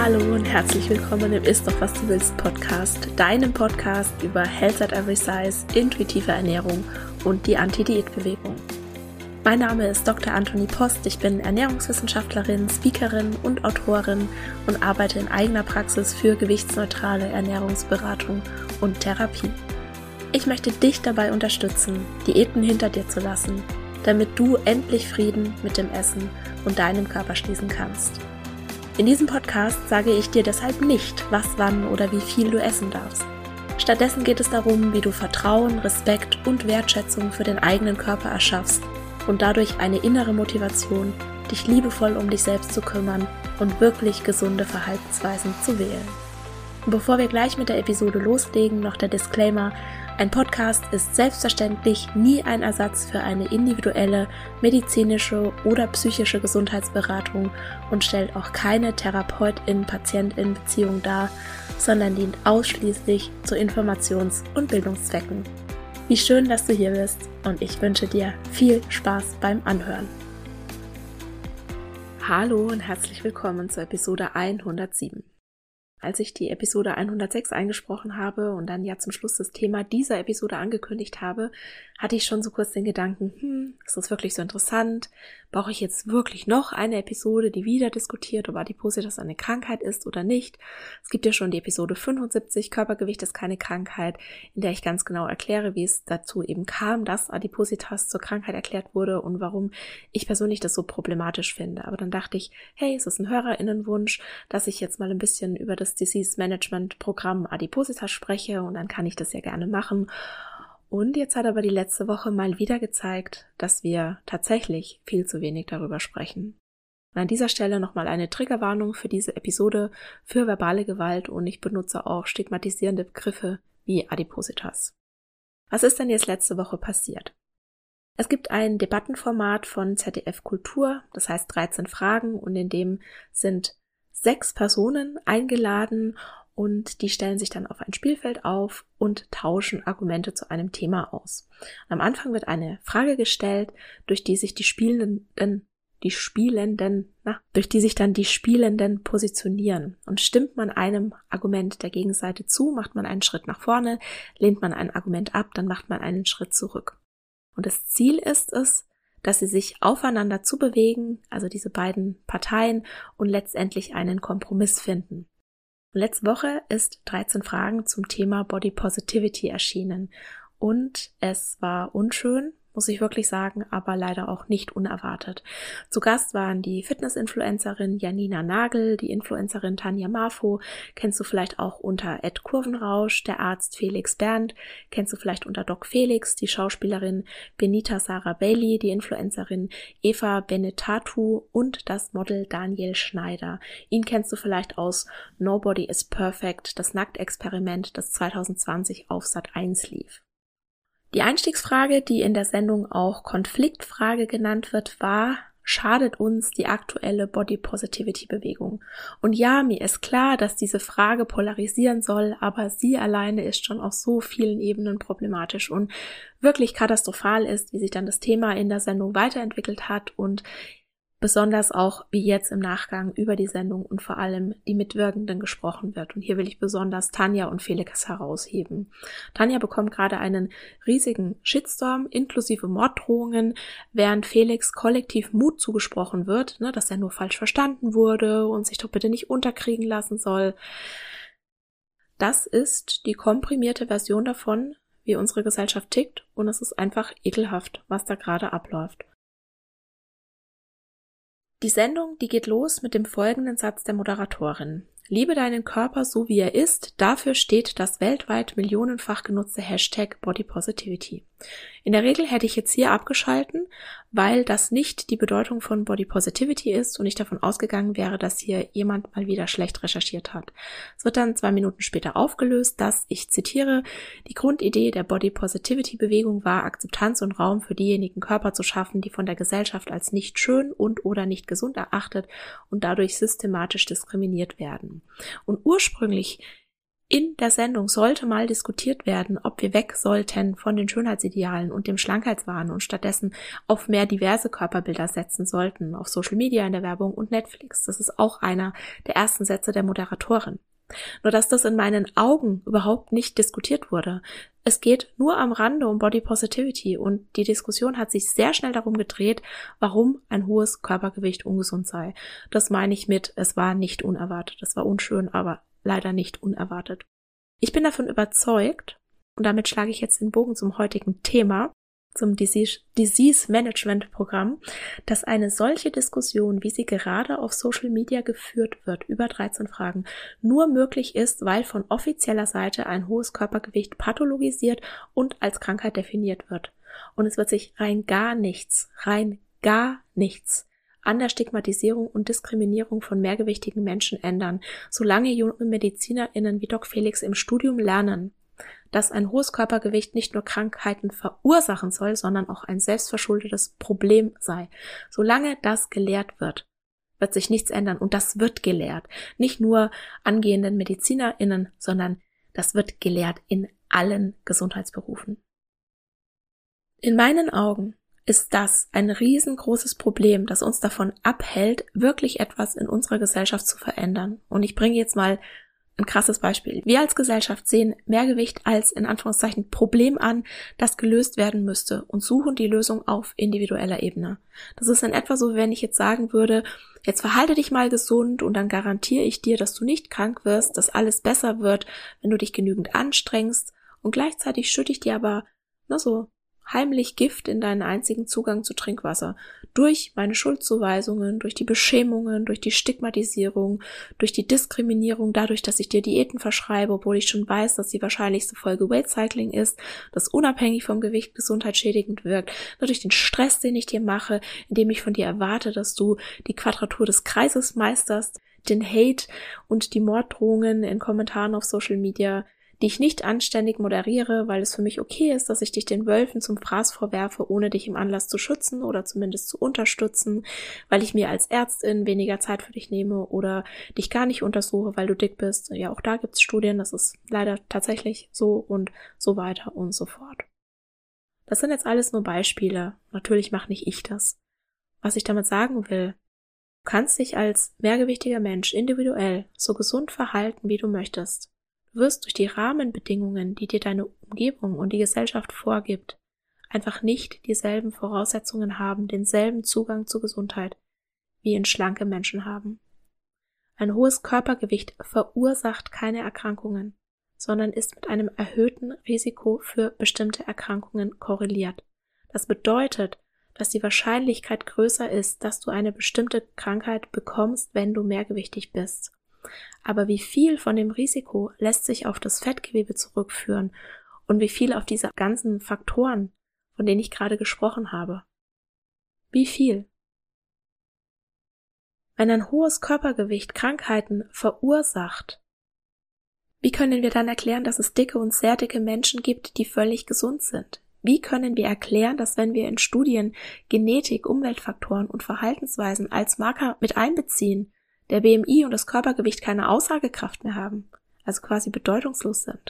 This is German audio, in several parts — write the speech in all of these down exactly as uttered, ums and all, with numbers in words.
Hallo und herzlich willkommen im Ist doch was du willst Podcast, deinem Podcast über Health at Every Size, intuitive Ernährung und die Anti-Diät-Bewegung. Mein Name ist Doktor Antonie Post, ich bin Ernährungswissenschaftlerin, Speakerin und Autorin und arbeite in eigener Praxis für gewichtsneutrale Ernährungsberatung und Therapie. Ich möchte dich dabei unterstützen, Diäten hinter dir zu lassen, damit du endlich Frieden mit dem Essen und deinem Körper schließen kannst. In diesem Podcast sage ich dir deshalb nicht, was, wann oder wie viel du essen darfst. Stattdessen geht es darum, wie du Vertrauen, Respekt und Wertschätzung für den eigenen Körper erschaffst und dadurch eine innere Motivation, dich liebevoll um dich selbst zu kümmern und wirklich gesunde Verhaltensweisen zu wählen. Und bevor wir gleich mit der Episode loslegen, noch der Disclaimer: Ein Podcast ist selbstverständlich nie ein Ersatz für eine individuelle medizinische oder psychische Gesundheitsberatung und stellt auch keine Therapeutin-Patientin-Beziehung dar, sondern dient ausschließlich zu Informations- und Bildungszwecken. Wie schön, dass du hier bist und ich wünsche dir viel Spaß beim Anhören. Hallo und herzlich willkommen zur Episode hundertsieben. Als ich die Episode hundertsechs eingesprochen habe und dann ja zum Schluss das Thema dieser Episode angekündigt habe, hatte ich schon so kurz den Gedanken, hm, ist das wirklich so interessant? Brauche ich jetzt wirklich noch eine Episode, die wieder diskutiert, ob Adipositas eine Krankheit ist oder nicht? Es gibt ja schon die Episode fünfundsiebzig, Körpergewicht ist keine Krankheit, in der ich ganz genau erkläre, wie es dazu eben kam, dass Adipositas zur Krankheit erklärt wurde und warum ich persönlich das so problematisch finde. Aber dann dachte ich, hey, es ist ein HörerInnenwunsch, dass ich jetzt mal ein bisschen über das Disease Management Programm Adipositas spreche und dann kann ich das ja gerne machen. Und jetzt hat aber die letzte Woche mal wieder gezeigt, dass wir tatsächlich viel zu wenig darüber sprechen. Und an dieser Stelle nochmal eine Triggerwarnung für diese Episode für verbale Gewalt und ich benutze auch stigmatisierende Begriffe wie Adipositas. Was ist denn jetzt letzte Woche passiert? Es gibt ein Debattenformat von Z D F Kultur, das heißt dreizehn Fragen und in dem sind sechs Personen eingeladen und die stellen sich dann auf ein Spielfeld auf und tauschen Argumente zu einem Thema aus. Am Anfang wird eine Frage gestellt, durch die sich die Spielenden, die Spielenden, na, durch die sich dann die Spielenden positionieren. Und stimmt man einem Argument der Gegenseite zu, macht man einen Schritt nach vorne, lehnt man ein Argument ab, dann macht man einen Schritt zurück. Und das Ziel ist es, dass sie sich aufeinander zubewegen, also diese beiden Parteien, und letztendlich einen Kompromiss finden. Letzte Woche ist dreizehn Fragen zum Thema Body Positivity erschienen und es war unschön, muss ich wirklich sagen, aber leider auch nicht unerwartet. Zu Gast waren die Fitness-Influencerin Janina Nagel, die Influencerin Tanja Marfo, kennst du vielleicht auch unter Ed Kurvenrausch, der Arzt Felix Berndt, kennst du vielleicht unter Doc Felix, die Schauspielerin Benita Sarah Bailey, die Influencerin Eva Benetatu und das Model Daniel Schneider. Ihn kennst du vielleicht aus Nobody is Perfect, das Nacktexperiment, das zwanzig zwanzig auf Sat eins lief. Die Einstiegsfrage, die in der Sendung auch Konfliktfrage genannt wird, war: Schadet uns die aktuelle Body-Positivity-Bewegung? Und ja, mir ist klar, dass diese Frage polarisieren soll, aber sie alleine ist schon auf so vielen Ebenen problematisch und wirklich katastrophal ist, wie sich dann das Thema in der Sendung weiterentwickelt hat und besonders auch, wie jetzt im Nachgang über die Sendung und vor allem die Mitwirkenden gesprochen wird. Und hier will ich besonders Tanja und Felix herausheben. Tanja bekommt gerade einen riesigen Shitstorm inklusive Morddrohungen, während Felix kollektiv Mut zugesprochen wird, ne, dass er nur falsch verstanden wurde und sich doch bitte nicht unterkriegen lassen soll. Das ist die komprimierte Version davon, wie unsere Gesellschaft tickt, und es ist einfach ekelhaft, was da gerade abläuft. Die Sendung, die geht los mit dem folgenden Satz der Moderatorin: Liebe deinen Körper so wie er ist, dafür steht das weltweit millionenfach genutzte Hashtag Body Positivity. In der Regel hätte ich jetzt hier abgeschalten, weil das nicht die Bedeutung von Body Positivity ist und ich davon ausgegangen wäre, dass hier jemand mal wieder schlecht recherchiert hat. Es wird dann zwei Minuten später aufgelöst, dass, ich zitiere, die Grundidee der Body Positivity Bewegung war, Akzeptanz und Raum für diejenigen Körper zu schaffen, die von der Gesellschaft als nicht schön und oder nicht gesund erachtet und dadurch systematisch diskriminiert werden. Und ursprünglich In der Sendung sollte mal diskutiert werden, ob wir weg sollten von den Schönheitsidealen und dem Schlankheitswahn und stattdessen auf mehr diverse Körperbilder setzen sollten, auf Social Media, in der Werbung und Netflix. Das ist auch einer der ersten Sätze der Moderatorin. Nur dass das in meinen Augen überhaupt nicht diskutiert wurde. Es geht nur am Rande um Body Positivity und die Diskussion hat sich sehr schnell darum gedreht, warum ein hohes Körpergewicht ungesund sei. Das meine ich mit, es war nicht unerwartet, es war unschön, aber leider nicht unerwartet. Ich bin davon überzeugt, und damit schlage ich jetzt den Bogen zum heutigen Thema, zum Disease, Disease Management Programm, dass eine solche Diskussion, wie sie gerade auf Social Media geführt wird, über dreizehn Fragen, nur möglich ist, weil von offizieller Seite ein hohes Körpergewicht pathologisiert und als Krankheit definiert wird. Und es wird sich rein gar nichts, rein gar nichts an der Stigmatisierung und Diskriminierung von mehrgewichtigen Menschen ändern, solange junge MedizinerInnen wie Doc Felix im Studium lernen, dass ein hohes Körpergewicht nicht nur Krankheiten verursachen soll, sondern auch ein selbstverschuldetes Problem sei. Solange das gelehrt wird, wird sich nichts ändern und das wird gelehrt. Nicht nur angehenden MedizinerInnen, sondern das wird gelehrt in allen Gesundheitsberufen. In meinen Augen ist das ein riesengroßes Problem, das uns davon abhält, wirklich etwas in unserer Gesellschaft zu verändern. Und ich bringe jetzt mal ein krasses Beispiel. Wir als Gesellschaft sehen Mehrgewicht als in Anführungszeichen Problem an, das gelöst werden müsste und suchen die Lösung auf individueller Ebene. Das ist in etwa so, wenn ich jetzt sagen würde, jetzt verhalte dich mal gesund und dann garantiere ich dir, dass du nicht krank wirst, dass alles besser wird, wenn du dich genügend anstrengst und gleichzeitig schütte ich dir aber, na so, heimlich Gift in deinen einzigen Zugang zu Trinkwasser. Durch meine Schuldzuweisungen, durch die Beschämungen, durch die Stigmatisierung, durch die Diskriminierung, dadurch, dass ich dir Diäten verschreibe, obwohl ich schon weiß, dass die wahrscheinlichste Folge Weight Cycling ist, das unabhängig vom Gewicht gesundheitsschädigend wirkt, nur durch den Stress, den ich dir mache, indem ich von dir erwarte, dass du die Quadratur des Kreises meisterst, den Hate und die Morddrohungen in Kommentaren auf Social Media, die ich nicht anständig moderiere, weil es für mich okay ist, dass ich dich den Wölfen zum Fraß vorwerfe, ohne dich im Anlass zu schützen oder zumindest zu unterstützen, weil ich mir als Ärztin weniger Zeit für dich nehme oder dich gar nicht untersuche, weil du dick bist. Ja, auch da gibt's Studien, das ist leider tatsächlich so und so weiter und so fort. Das sind jetzt alles nur Beispiele. Natürlich mache nicht ich das. Was ich damit sagen will, du kannst dich als mehrgewichtiger Mensch individuell so gesund verhalten, wie du möchtest. Du wirst durch die Rahmenbedingungen, die dir deine Umgebung und die Gesellschaft vorgibt, einfach nicht dieselben Voraussetzungen haben, denselben Zugang zur Gesundheit, wie ihn schlanke Menschen haben. Ein hohes Körpergewicht verursacht keine Erkrankungen, sondern ist mit einem erhöhten Risiko für bestimmte Erkrankungen korreliert. Das bedeutet, dass die Wahrscheinlichkeit größer ist, dass du eine bestimmte Krankheit bekommst, wenn du mehrgewichtig bist. Aber wie viel von dem Risiko lässt sich auf das Fettgewebe zurückführen und wie viel auf diese ganzen Faktoren, von denen ich gerade gesprochen habe? Wie viel? Wenn ein hohes Körpergewicht Krankheiten verursacht, wie können wir dann erklären, dass es dicke und sehr dicke Menschen gibt, die völlig gesund sind? Wie können wir erklären, dass wenn wir in Studien Genetik, Umweltfaktoren und Verhaltensweisen als Marker mit einbeziehen, der B M I und das Körpergewicht keine Aussagekraft mehr haben, also quasi bedeutungslos sind?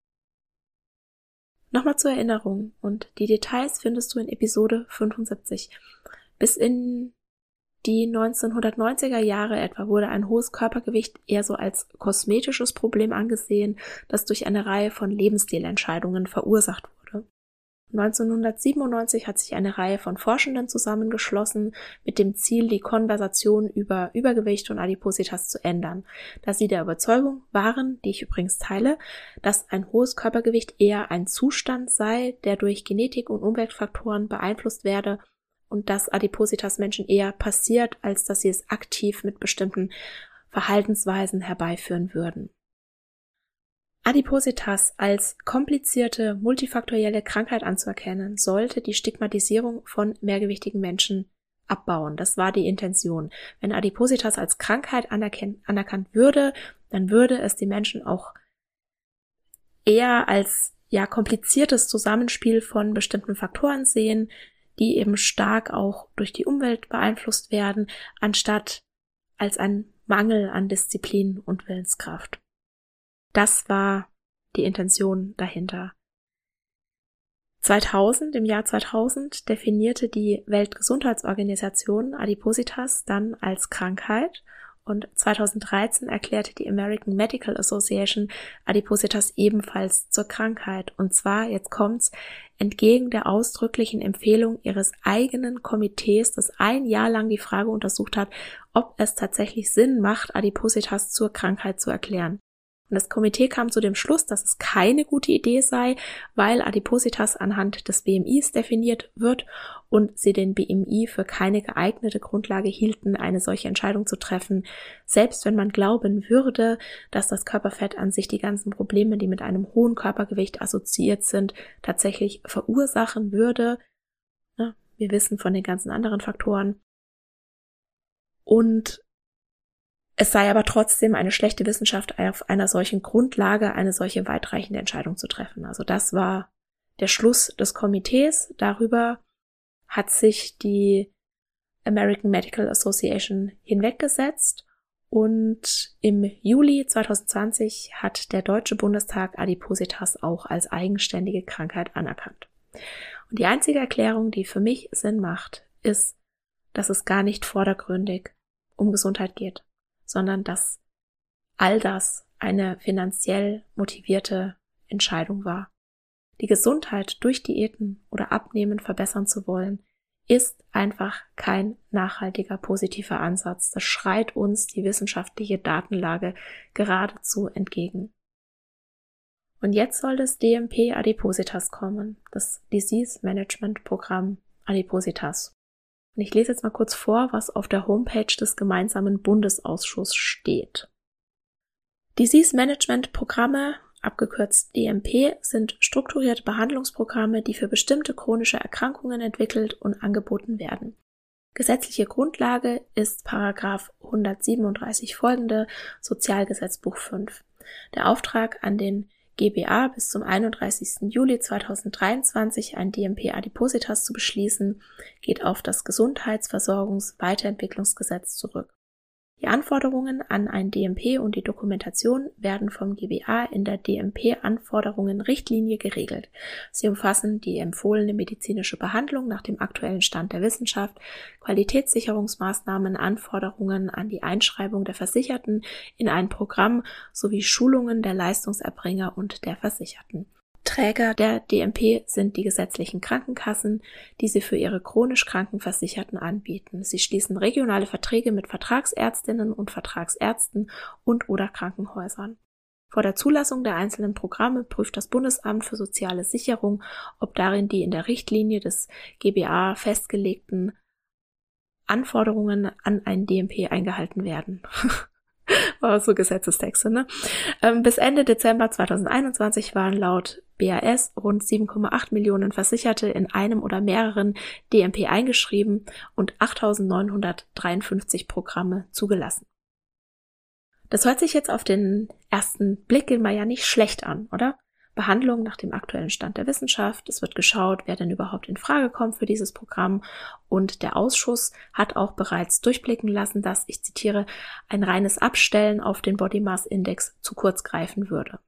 Nochmal zur Erinnerung, und die Details findest du in Episode fünfundsiebzig. Bis in die neunzehnhundertneunziger Jahre etwa wurde ein hohes Körpergewicht eher so als kosmetisches Problem angesehen, das durch eine Reihe von Lebensstilentscheidungen verursacht wurde. neunzehnhundertsiebenundneunzig hat sich eine Reihe von Forschenden zusammengeschlossen mit dem Ziel, die Konversation über Übergewicht und Adipositas zu ändern, da sie der Überzeugung waren, die ich übrigens teile, dass ein hohes Körpergewicht eher ein Zustand sei, der durch Genetik und Umweltfaktoren beeinflusst werde und dass Adipositas Menschen eher passiert, als dass sie es aktiv mit bestimmten Verhaltensweisen herbeiführen würden. Adipositas als komplizierte, multifaktorielle Krankheit anzuerkennen, sollte die Stigmatisierung von mehrgewichtigen Menschen abbauen. Das war die Intention. Wenn Adipositas als Krankheit anerkannt würde, dann würde es die Menschen auch eher als ja kompliziertes Zusammenspiel von bestimmten Faktoren sehen, die eben stark auch durch die Umwelt beeinflusst werden, anstatt als ein Mangel an Disziplin und Willenskraft. Das war die Intention dahinter. zweitausend, im Jahr zweitausend, definierte die Weltgesundheitsorganisation Adipositas dann als Krankheit und zweitausenddreizehn erklärte die American Medical Association Adipositas ebenfalls zur Krankheit. Und zwar, jetzt kommt's, entgegen der ausdrücklichen Empfehlung ihres eigenen Komitees, das ein Jahr lang die Frage untersucht hat, ob es tatsächlich Sinn macht, Adipositas zur Krankheit zu erklären. Und das Komitee kam zu dem Schluss, dass es keine gute Idee sei, weil Adipositas anhand des B M Is definiert wird und sie den B M I für keine geeignete Grundlage hielten, eine solche Entscheidung zu treffen, selbst wenn man glauben würde, dass das Körperfett an sich die ganzen Probleme, die mit einem hohen Körpergewicht assoziiert sind, tatsächlich verursachen würde. Ja, wir wissen von den ganzen anderen Faktoren. Und es sei aber trotzdem eine schlechte Wissenschaft, auf einer solchen Grundlage eine solche weitreichende Entscheidung zu treffen. Also das war der Schluss des Komitees. Darüber hat sich die American Medical Association hinweggesetzt und im Juli zweitausendzwanzig hat der Deutsche Bundestag Adipositas auch als eigenständige Krankheit anerkannt. Und die einzige Erklärung, die für mich Sinn macht, ist, dass es gar nicht vordergründig um Gesundheit geht, sondern dass all das eine finanziell motivierte Entscheidung war. Die Gesundheit durch Diäten oder Abnehmen verbessern zu wollen, ist einfach kein nachhaltiger, positiver Ansatz. Das schreit uns die wissenschaftliche Datenlage geradezu entgegen. Und jetzt soll das D M P Adipositas kommen, das Disease Management Programm Adipositas. Und ich lese jetzt mal kurz vor, was auf der Homepage des gemeinsamen Bundesausschusses steht. Disease Management Programme, abgekürzt D M P, sind strukturierte Behandlungsprogramme, die für bestimmte chronische Erkrankungen entwickelt und angeboten werden. Gesetzliche Grundlage ist Paragraph hundertsiebenunddreißig folgende Sozialgesetzbuch fünf. Der Auftrag an den G B A bis zum einunddreißigsten Juli zweitausenddreiundzwanzig ein D M P Adipositas zu beschließen, geht auf das Gesundheitsversorgungs-Weiterentwicklungsgesetz zurück. Die Anforderungen an ein D M P und die Dokumentation werden vom G B A in der D M P-Anforderungen-Richtlinie geregelt. Sie umfassen die empfohlene medizinische Behandlung nach dem aktuellen Stand der Wissenschaft, Qualitätssicherungsmaßnahmen, Anforderungen an die Einschreibung der Versicherten in ein Programm sowie Schulungen der Leistungserbringer und der Versicherten. Träger der D M P sind die gesetzlichen Krankenkassen, die sie für ihre chronisch kranken Versicherten anbieten. Sie schließen regionale Verträge mit Vertragsärztinnen und Vertragsärzten und oder Krankenhäusern. Vor der Zulassung der einzelnen Programme prüft das Bundesamt für soziale Sicherung, ob darin die in der Richtlinie des G B A festgelegten Anforderungen an ein D M P eingehalten werden. War so Gesetzestexte, ne? Ähm, bis Ende Dezember zweitausendeinundzwanzig waren laut B A S rund sieben Komma acht Millionen Versicherte in einem oder mehreren D M P eingeschrieben und achttausendneunhundertdreiundfünfzig Programme zugelassen. Das hört sich jetzt auf den ersten Blick immer ja nicht schlecht an, oder? Behandlung nach dem aktuellen Stand der Wissenschaft. Es wird geschaut, wer denn überhaupt in Frage kommt für dieses Programm. Und der Ausschuss hat auch bereits durchblicken lassen, dass, ich zitiere, ein reines Abstellen auf den Body Mass Index zu kurz greifen würde.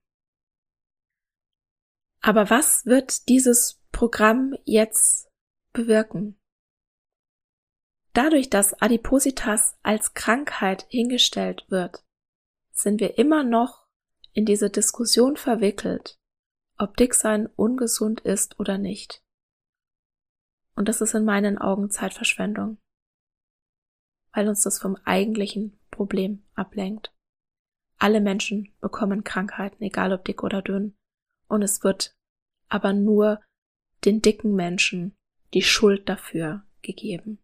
Aber was wird dieses Programm jetzt bewirken? Dadurch, dass Adipositas als Krankheit hingestellt wird, sind wir immer noch in diese Diskussion verwickelt, ob Dicksein ungesund ist oder nicht. Und das ist in meinen Augen Zeitverschwendung, weil uns das vom eigentlichen Problem ablenkt. Alle Menschen bekommen Krankheiten, egal ob dick oder dünn. Und es wird aber nur den dicken Menschen die Schuld dafür gegeben.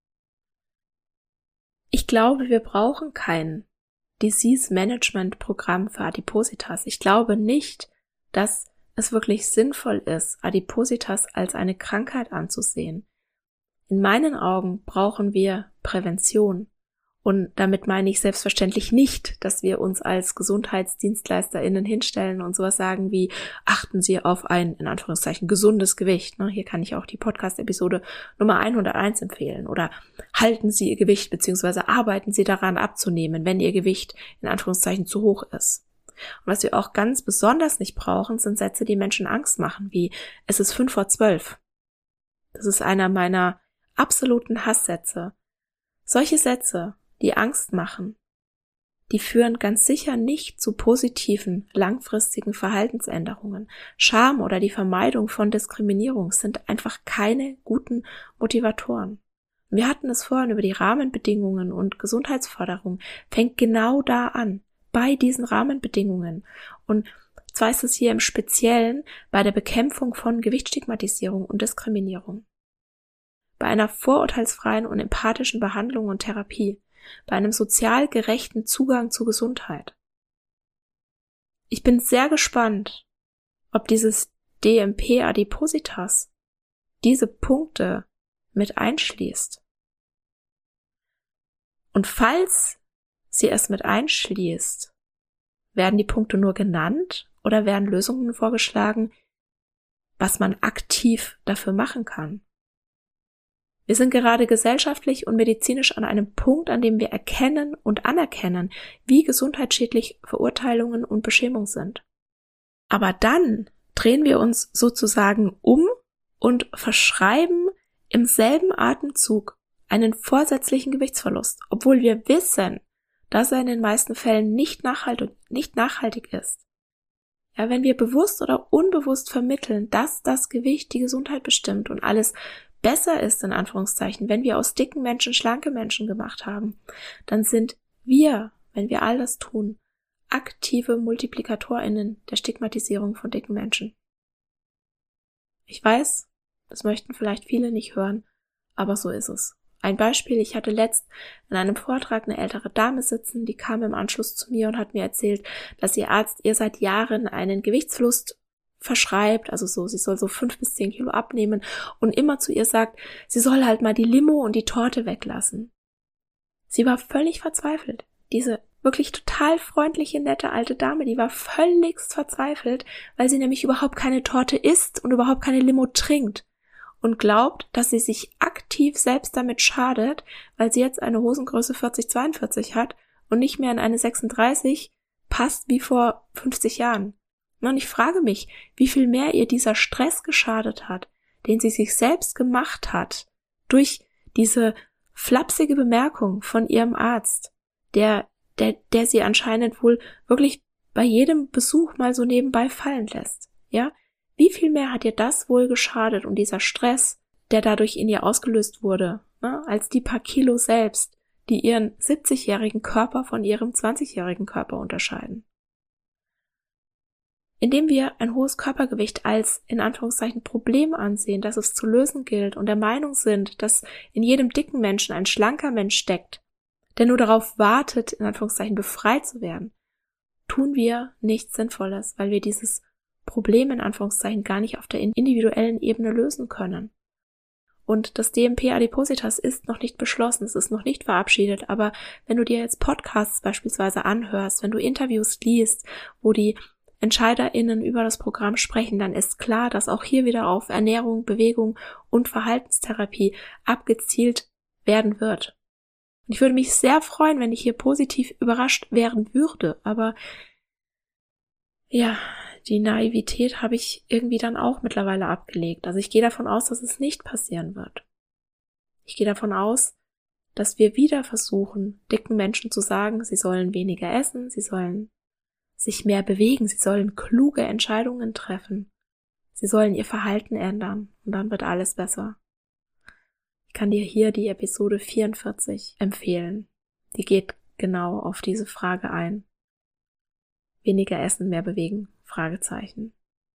Ich glaube, wir brauchen kein Disease Management Programm für Adipositas. Ich glaube nicht, dass es wirklich sinnvoll ist, Adipositas als eine Krankheit anzusehen. In meinen Augen brauchen wir Prävention. Und damit meine ich selbstverständlich nicht, dass wir uns als GesundheitsdienstleisterInnen hinstellen und sowas sagen wie, achten Sie auf ein, in Anführungszeichen, gesundes Gewicht. Hier kann ich auch die Podcast-Episode Nummer hunderteins empfehlen. Oder halten Sie Ihr Gewicht, beziehungsweise arbeiten Sie daran abzunehmen, wenn Ihr Gewicht in Anführungszeichen zu hoch ist. Und was wir auch ganz besonders nicht brauchen, sind Sätze, die Menschen Angst machen, wie es ist fünf vor zwölf. Das ist einer meiner absoluten Hasssätze. Solche Sätze, die Angst machen, die führen ganz sicher nicht zu positiven, langfristigen Verhaltensänderungen. Scham oder die Vermeidung von Diskriminierung sind einfach keine guten Motivatoren. Wir hatten es vorhin über die Rahmenbedingungen und Gesundheitsförderung, fängt genau da an, bei diesen Rahmenbedingungen. Und zwar ist es hier im Speziellen bei der Bekämpfung von Gewichtsstigmatisierung und Diskriminierung. Bei einer vorurteilsfreien und empathischen Behandlung und Therapie. Bei einem sozial gerechten Zugang zu Gesundheit. Ich bin sehr gespannt, ob dieses D M P Adipositas diese Punkte mit einschließt. Und falls sie es mit einschließt, werden die Punkte nur genannt oder werden Lösungen vorgeschlagen, was man aktiv dafür machen kann. Wir sind gerade gesellschaftlich und medizinisch an einem Punkt, an dem wir erkennen und anerkennen, wie gesundheitsschädlich Verurteilungen und Beschämung sind. Aber dann drehen wir uns sozusagen um und verschreiben im selben Atemzug einen vorsätzlichen Gewichtsverlust, obwohl wir wissen, dass er in den meisten Fällen nicht nachhaltig, nicht nachhaltig ist. Ja, wenn wir bewusst oder unbewusst vermitteln, dass das Gewicht die Gesundheit bestimmt und alles besser ist, in Anführungszeichen, wenn wir aus dicken Menschen schlanke Menschen gemacht haben, dann sind wir, wenn wir all das tun, aktive MultiplikatorInnen der Stigmatisierung von dicken Menschen. Ich weiß, das möchten vielleicht viele nicht hören, aber so ist es. Ein Beispiel, ich hatte letzt in einem Vortrag eine ältere Dame sitzen, die kam im Anschluss zu mir und hat mir erzählt, dass ihr Arzt ihr seit Jahren einen Gewichtsverlust verschreibt, also so, sie soll so fünf bis zehn Kilo abnehmen und immer zu ihr sagt, sie soll halt mal die Limo und die Torte weglassen. Sie war völlig verzweifelt. Diese wirklich total freundliche, nette alte Dame, die war völligst verzweifelt, weil sie nämlich überhaupt keine Torte isst und überhaupt keine Limo trinkt und glaubt, dass sie sich aktiv selbst damit schadet, weil sie jetzt eine Hosengröße vierzig zweiundvierzig hat und nicht mehr in eine sechsunddreißig passt wie vor fünfzig Jahren. Und ich frage mich, wie viel mehr ihr dieser Stress geschadet hat, den sie sich selbst gemacht hat, durch diese flapsige Bemerkung von ihrem Arzt, der, der, der sie anscheinend wohl wirklich bei jedem Besuch mal so nebenbei fallen lässt. Ja? Wie viel mehr hat ihr das wohl geschadet und dieser Stress, der dadurch in ihr ausgelöst wurde, ne, als die paar Kilo selbst, die ihren siebzigjährigen Körper von ihrem zwanzigjährigen Körper unterscheiden? Indem wir ein hohes Körpergewicht als, in Anführungszeichen, Problem ansehen, das es zu lösen gilt und der Meinung sind, dass in jedem dicken Menschen ein schlanker Mensch steckt, der nur darauf wartet, in Anführungszeichen, befreit zu werden, tun wir nichts Sinnvolles, weil wir dieses Problem, in Anführungszeichen, gar nicht auf der individuellen Ebene lösen können. Und das D M P Adipositas ist noch nicht beschlossen, es ist noch nicht verabschiedet, aber wenn du dir jetzt Podcasts beispielsweise anhörst, wenn du Interviews liest, wo die EntscheiderInnen über das Programm sprechen, dann ist klar, dass auch hier wieder auf Ernährung, Bewegung und Verhaltenstherapie abgezielt werden wird. Und ich würde mich sehr freuen, wenn ich hier positiv überrascht werden würde, aber ja, die Naivität habe ich irgendwie dann auch mittlerweile abgelegt. Also ich gehe davon aus, dass es nicht passieren wird. Ich gehe davon aus, dass wir wieder versuchen, dicken Menschen zu sagen, sie sollen weniger essen, sie sollen sich mehr bewegen, sie sollen kluge Entscheidungen treffen, sie sollen ihr Verhalten ändern und dann wird alles besser. Ich kann dir hier die Episode vierundvierzig empfehlen. Die geht genau auf diese Frage ein. Weniger essen, mehr bewegen? Fragezeichen.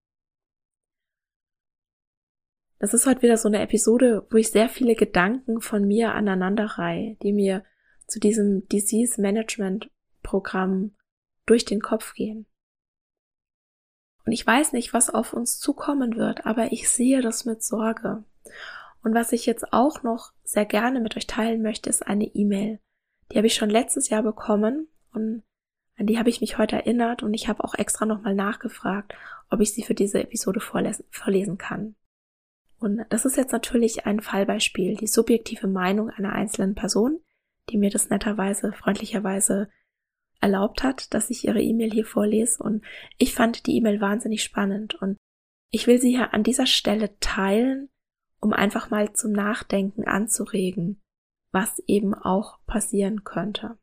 Das ist heute wieder so eine Episode, wo ich sehr viele Gedanken von mir aneinanderreihe, die mir zu diesem Disease Management Programm durch den Kopf gehen. Und ich weiß nicht, was auf uns zukommen wird, aber ich sehe das mit Sorge. Und was ich jetzt auch noch sehr gerne mit euch teilen möchte, ist eine E-Mail. Die habe ich schon letztes Jahr bekommen und an die habe ich mich heute erinnert und ich habe auch extra nochmal nachgefragt, ob ich sie für diese Episode vorlesen, vorlesen kann. Und das ist jetzt natürlich ein Fallbeispiel, die subjektive Meinung einer einzelnen Person, die mir das netterweise, freundlicherweise erlaubt hat, dass ich ihre E-Mail hier vorlese, und ich fand die E-Mail wahnsinnig spannend und ich will sie hier an dieser Stelle teilen, um einfach mal zum Nachdenken anzuregen, was eben auch passieren könnte.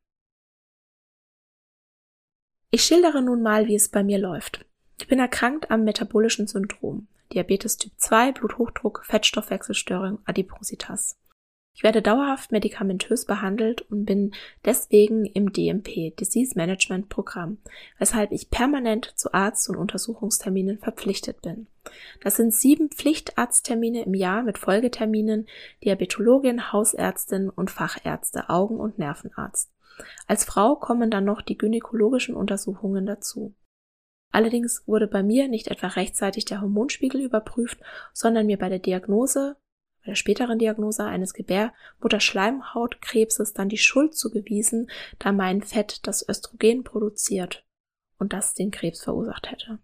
Ich schildere nun mal, wie es bei mir läuft. Ich bin erkrankt am metabolischen Syndrom, Diabetes Typ zwei, Bluthochdruck, Fettstoffwechselstörung, Adipositas. Ich werde dauerhaft medikamentös behandelt und bin deswegen im D M P, Disease Management Programm, weshalb ich permanent zu Arzt- und Untersuchungsterminen verpflichtet bin. Das sind sieben Pflichtarzttermine im Jahr mit Folgeterminen, Diabetologin, Hausärztin und Fachärzte, Augen- und Nervenarzt. Als Frau kommen dann noch die gynäkologischen Untersuchungen dazu. Allerdings wurde bei mir nicht etwa rechtzeitig der Hormonspiegel überprüft, sondern mir bei der Diagnose, bei der späteren Diagnose eines Gebärmutterschleimhautkrebses dann die Schuld zugewiesen, da mein Fett das Östrogen produziert und das den Krebs verursacht hätte.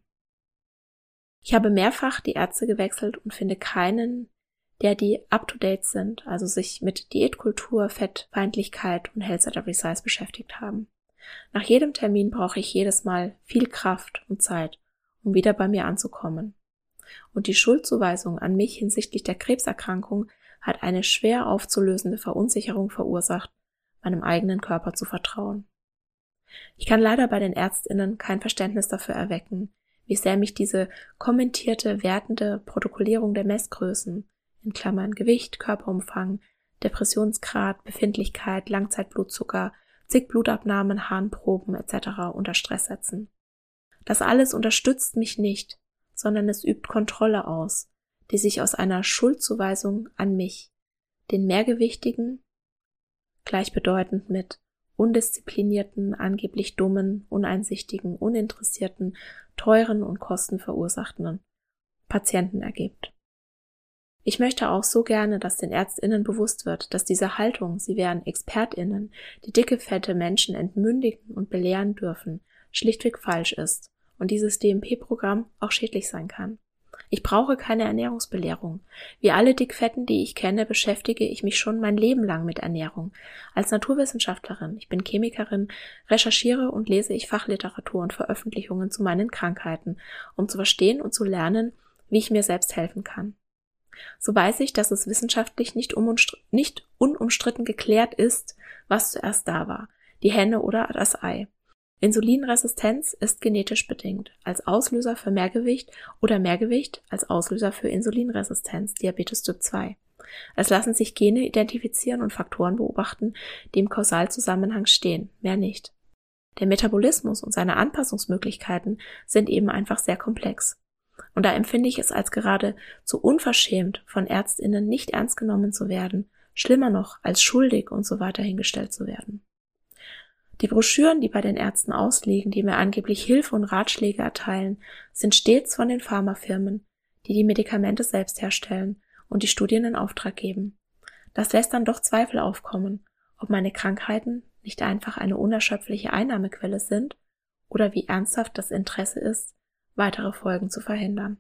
Ich habe mehrfach die Ärzte gewechselt und finde keinen, der die up-to-date sind, also sich mit Diätkultur, Fettfeindlichkeit und Health at Every Size beschäftigt haben. Nach jedem Termin brauche ich jedes Mal viel Kraft und Zeit, um wieder bei mir anzukommen. Und die Schuldzuweisung an mich hinsichtlich der Krebserkrankung hat eine schwer aufzulösende Verunsicherung verursacht, meinem eigenen Körper zu vertrauen. Ich kann leider bei den ÄrztInnen kein Verständnis dafür erwecken, wie sehr mich diese kommentierte, wertende Protokollierung der Messgrößen, in Klammern Gewicht, Körperumfang, Depressionsgrad, Befindlichkeit, Langzeitblutzucker, zig Blutabnahmen, Harnproben et cetera unter Stress setzen. Das alles unterstützt mich nicht, sondern es übt Kontrolle aus, die sich aus einer Schuldzuweisung an mich, den Mehrgewichtigen, gleichbedeutend mit undisziplinierten, angeblich dummen, uneinsichtigen, uninteressierten, teuren und kostenverursachten Patienten ergibt. Ich möchte auch so gerne, dass den ÄrztInnen bewusst wird, dass diese Haltung, sie wären ExpertInnen, die dicke, fette Menschen entmündigen und belehren dürfen, schlichtweg falsch ist und dieses D M P-Programm auch schädlich sein kann. Ich brauche keine Ernährungsbelehrung. Wie alle Dickfetten, die ich kenne, beschäftige ich mich schon mein Leben lang mit Ernährung. Als Naturwissenschaftlerin, ich bin Chemikerin, recherchiere und lese ich Fachliteratur und Veröffentlichungen zu meinen Krankheiten, um zu verstehen und zu lernen, wie ich mir selbst helfen kann. So weiß ich, dass es wissenschaftlich nicht, nicht unumstritten geklärt ist, was zuerst da war, die Henne oder das Ei. Insulinresistenz ist genetisch bedingt, als Auslöser für Mehrgewicht oder Mehrgewicht als Auslöser für Insulinresistenz, Diabetes Typ zwei. Es lassen sich Gene identifizieren und Faktoren beobachten, die im Kausalzusammenhang stehen, mehr nicht. Der Metabolismus und seine Anpassungsmöglichkeiten sind eben einfach sehr komplex. Und da empfinde ich es als geradezu unverschämt, von ÄrztInnen nicht ernst genommen zu werden, schlimmer noch, als schuldig und so weiter hingestellt zu werden. Die Broschüren, die bei den Ärzten ausliegen, die mir angeblich Hilfe und Ratschläge erteilen, sind stets von den Pharmafirmen, die die Medikamente selbst herstellen und die Studien in Auftrag geben. Das lässt dann doch Zweifel aufkommen, ob meine Krankheiten nicht einfach eine unerschöpfliche Einnahmequelle sind oder wie ernsthaft das Interesse ist, weitere Folgen zu verhindern.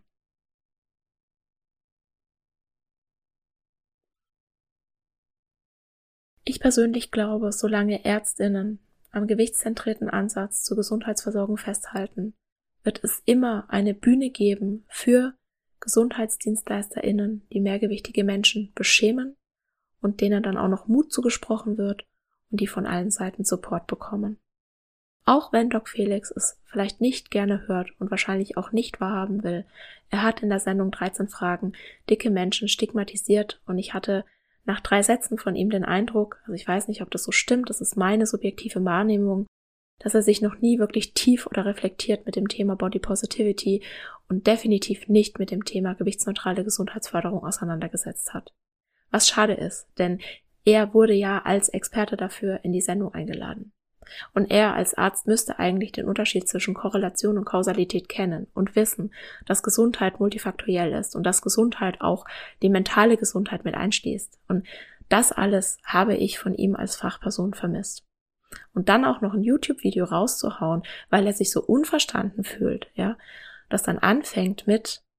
Ich persönlich glaube, solange ÄrztInnen am gewichtszentrierten Ansatz zur Gesundheitsversorgung festhalten, wird es immer eine Bühne geben für GesundheitsdienstleisterInnen, die mehrgewichtige Menschen beschämen und denen dann auch noch Mut zugesprochen wird und die von allen Seiten Support bekommen. Auch wenn Doc Felix es vielleicht nicht gerne hört und wahrscheinlich auch nicht wahrhaben will, er hat in der Sendung dreizehn Fragen dicke Menschen stigmatisiert und ich hatte nach drei Sätzen von ihm den Eindruck, also ich weiß nicht, ob das so stimmt, das ist meine subjektive Wahrnehmung, dass er sich noch nie wirklich tief oder reflektiert mit dem Thema Body Positivity und definitiv nicht mit dem Thema gewichtsneutrale Gesundheitsförderung auseinandergesetzt hat. Was schade ist, denn er wurde ja als Experte dafür in die Sendung eingeladen. Und er als Arzt müsste eigentlich den Unterschied zwischen Korrelation und Kausalität kennen und wissen, dass Gesundheit multifaktoriell ist und dass Gesundheit auch die mentale Gesundheit mit einschließt. Und das alles habe ich von ihm als Fachperson vermisst. Und dann auch noch ein YouTube-Video rauszuhauen, weil er sich so unverstanden fühlt, ja, das dann anfängt mit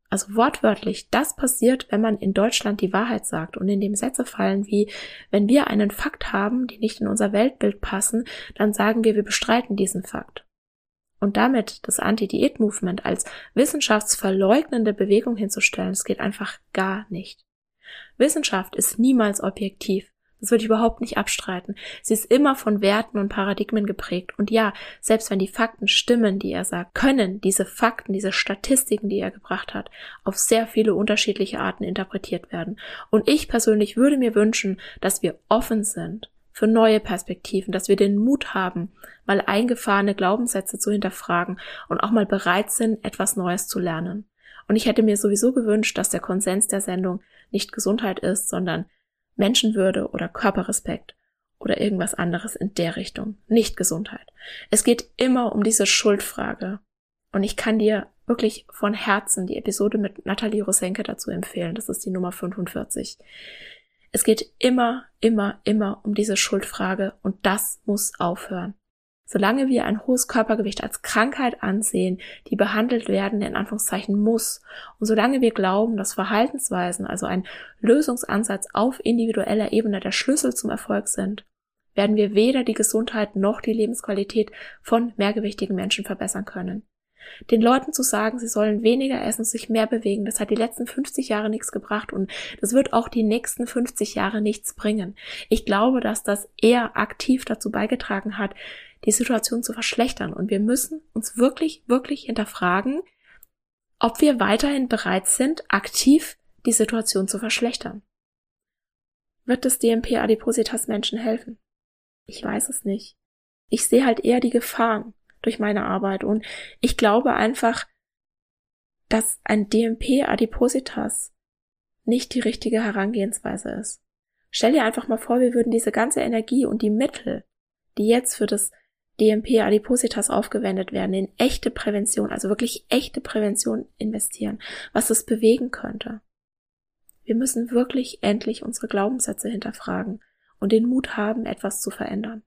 Also wortwörtlich, das passiert, wenn man in Deutschland die Wahrheit sagt und in dem Sätze fallen wie, wenn wir einen Fakt haben, die nicht in unser Weltbild passen, dann sagen wir, wir bestreiten diesen Fakt. Und damit das Anti-Diät-Movement als wissenschaftsverleugnende Bewegung hinzustellen, das geht einfach gar nicht. Wissenschaft ist niemals objektiv. Das würde ich überhaupt nicht abstreiten. Sie ist immer von Werten und Paradigmen geprägt. Und ja, selbst wenn die Fakten stimmen, die er sagt, können diese Fakten, diese Statistiken, die er gebracht hat, auf sehr viele unterschiedliche Arten interpretiert werden. Und ich persönlich würde mir wünschen, dass wir offen sind für neue Perspektiven, dass wir den Mut haben, mal eingefahrene Glaubenssätze zu hinterfragen und auch mal bereit sind, etwas Neues zu lernen. Und ich hätte mir sowieso gewünscht, dass der Konsens der Sendung nicht Gesundheit ist, sondern Menschenwürde oder Körperrespekt oder irgendwas anderes in der Richtung, nicht Gesundheit. Es geht immer um diese Schuldfrage. Und ich kann dir wirklich von Herzen die Episode mit Nathalie Rosenke dazu empfehlen. Das ist die Nummer fünfundvierzig. Es geht immer, immer, immer um diese Schuldfrage und das muss aufhören. Solange wir ein hohes Körpergewicht als Krankheit ansehen, die behandelt werden, in Anführungszeichen muss, und solange wir glauben, dass Verhaltensweisen, also ein Lösungsansatz auf individueller Ebene der Schlüssel zum Erfolg sind, werden wir weder die Gesundheit noch die Lebensqualität von mehrgewichtigen Menschen verbessern können. Den Leuten zu sagen, sie sollen weniger essen, sich mehr bewegen, das hat die letzten fünfzig Jahre nichts gebracht und das wird auch die nächsten fünfzig Jahre nichts bringen. Ich glaube, dass das eher aktiv dazu beigetragen hat, die Situation zu verschlechtern. Und wir müssen uns wirklich, wirklich hinterfragen, ob wir weiterhin bereit sind, aktiv die Situation zu verschlechtern. Wird das D M P-Adipositas Menschen helfen? Ich weiß es nicht. Ich sehe halt eher die Gefahren durch meine Arbeit und ich glaube einfach, dass ein D M P-Adipositas nicht die richtige Herangehensweise ist. Stell dir einfach mal vor, wir würden diese ganze Energie und die Mittel, die jetzt für das D M P-Adipositas aufgewendet werden, in echte Prävention, also wirklich echte Prävention investieren, was es bewegen könnte. Wir müssen wirklich endlich unsere Glaubenssätze hinterfragen und den Mut haben, etwas zu verändern.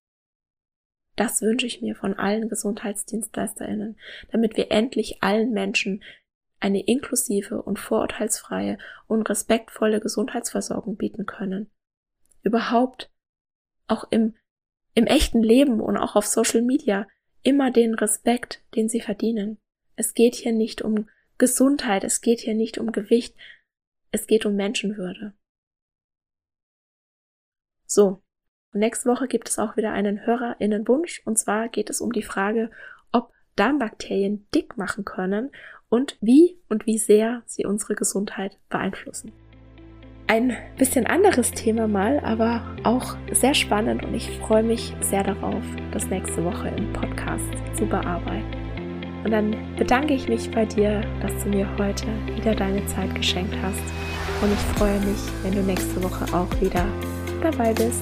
Das wünsche ich mir von allen GesundheitsdienstleisterInnen, damit wir endlich allen Menschen eine inklusive und vorurteilsfreie und respektvolle Gesundheitsversorgung bieten können. Überhaupt auch im im echten Leben und auch auf Social Media immer den Respekt, den sie verdienen. Es geht hier nicht um Gesundheit, es geht hier nicht um Gewicht, es geht um Menschenwürde. So, nächste Woche gibt es auch wieder einen HörerInnenwunsch und zwar geht es um die Frage, ob Darmbakterien dick machen können und wie und wie sehr sie unsere Gesundheit beeinflussen. Ein bisschen anderes Thema mal, aber auch sehr spannend und ich freue mich sehr darauf, das nächste Woche im Podcast zu bearbeiten. Und dann bedanke ich mich bei dir, dass du mir heute wieder deine Zeit geschenkt hast und ich freue mich, wenn du nächste Woche auch wieder dabei bist.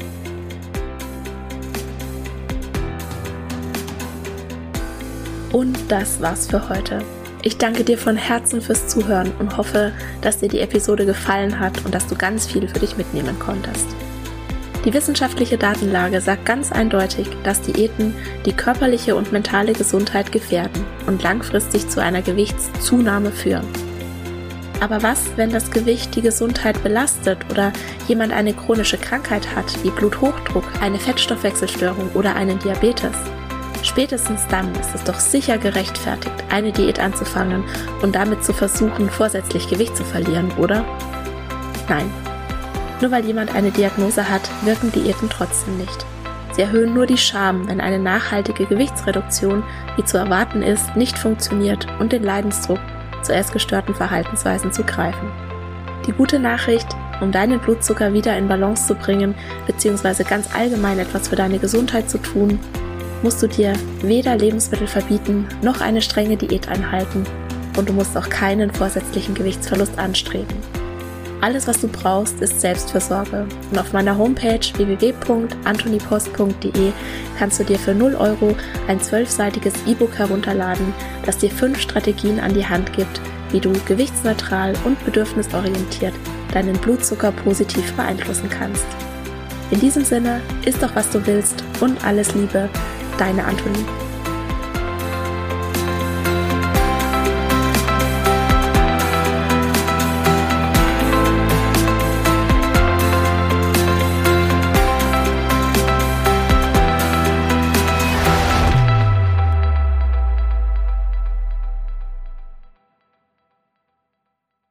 Und das war's für heute. Ich danke dir von Herzen fürs Zuhören und hoffe, dass dir die Episode gefallen hat und dass du ganz viel für dich mitnehmen konntest. Die wissenschaftliche Datenlage sagt ganz eindeutig, dass Diäten die körperliche und mentale Gesundheit gefährden und langfristig zu einer Gewichtszunahme führen. Aber was, wenn das Gewicht die Gesundheit belastet oder jemand eine chronische Krankheit hat, wie Bluthochdruck, eine Fettstoffwechselstörung oder einen Diabetes? Spätestens dann ist es doch sicher gerechtfertigt, eine Diät anzufangen und damit zu versuchen, vorsätzlich Gewicht zu verlieren, oder? Nein. Nur weil jemand eine Diagnose hat, wirken Diäten trotzdem nicht. Sie erhöhen nur die Scham, wenn eine nachhaltige Gewichtsreduktion, wie zu erwarten ist, nicht funktioniert und den Leidensdruck zu erst gestörten Verhaltensweisen zu greifen. Die gute Nachricht, um deinen Blutzucker wieder in Balance zu bringen, beziehungsweise ganz allgemein etwas für deine Gesundheit zu tun, musst du dir weder Lebensmittel verbieten, noch eine strenge Diät einhalten und du musst auch keinen vorsätzlichen Gewichtsverlust anstreben. Alles, was du brauchst, ist Selbstfürsorge und auf meiner Homepage w w w punkt antonipost punkt d e kannst du dir für null Euro ein zwölfseitiges E-Book herunterladen, das dir fünf Strategien an die Hand gibt, wie du gewichtsneutral und bedürfnisorientiert deinen Blutzucker positiv beeinflussen kannst. In diesem Sinne, iss doch was du willst und alles Liebe, deine Antonie.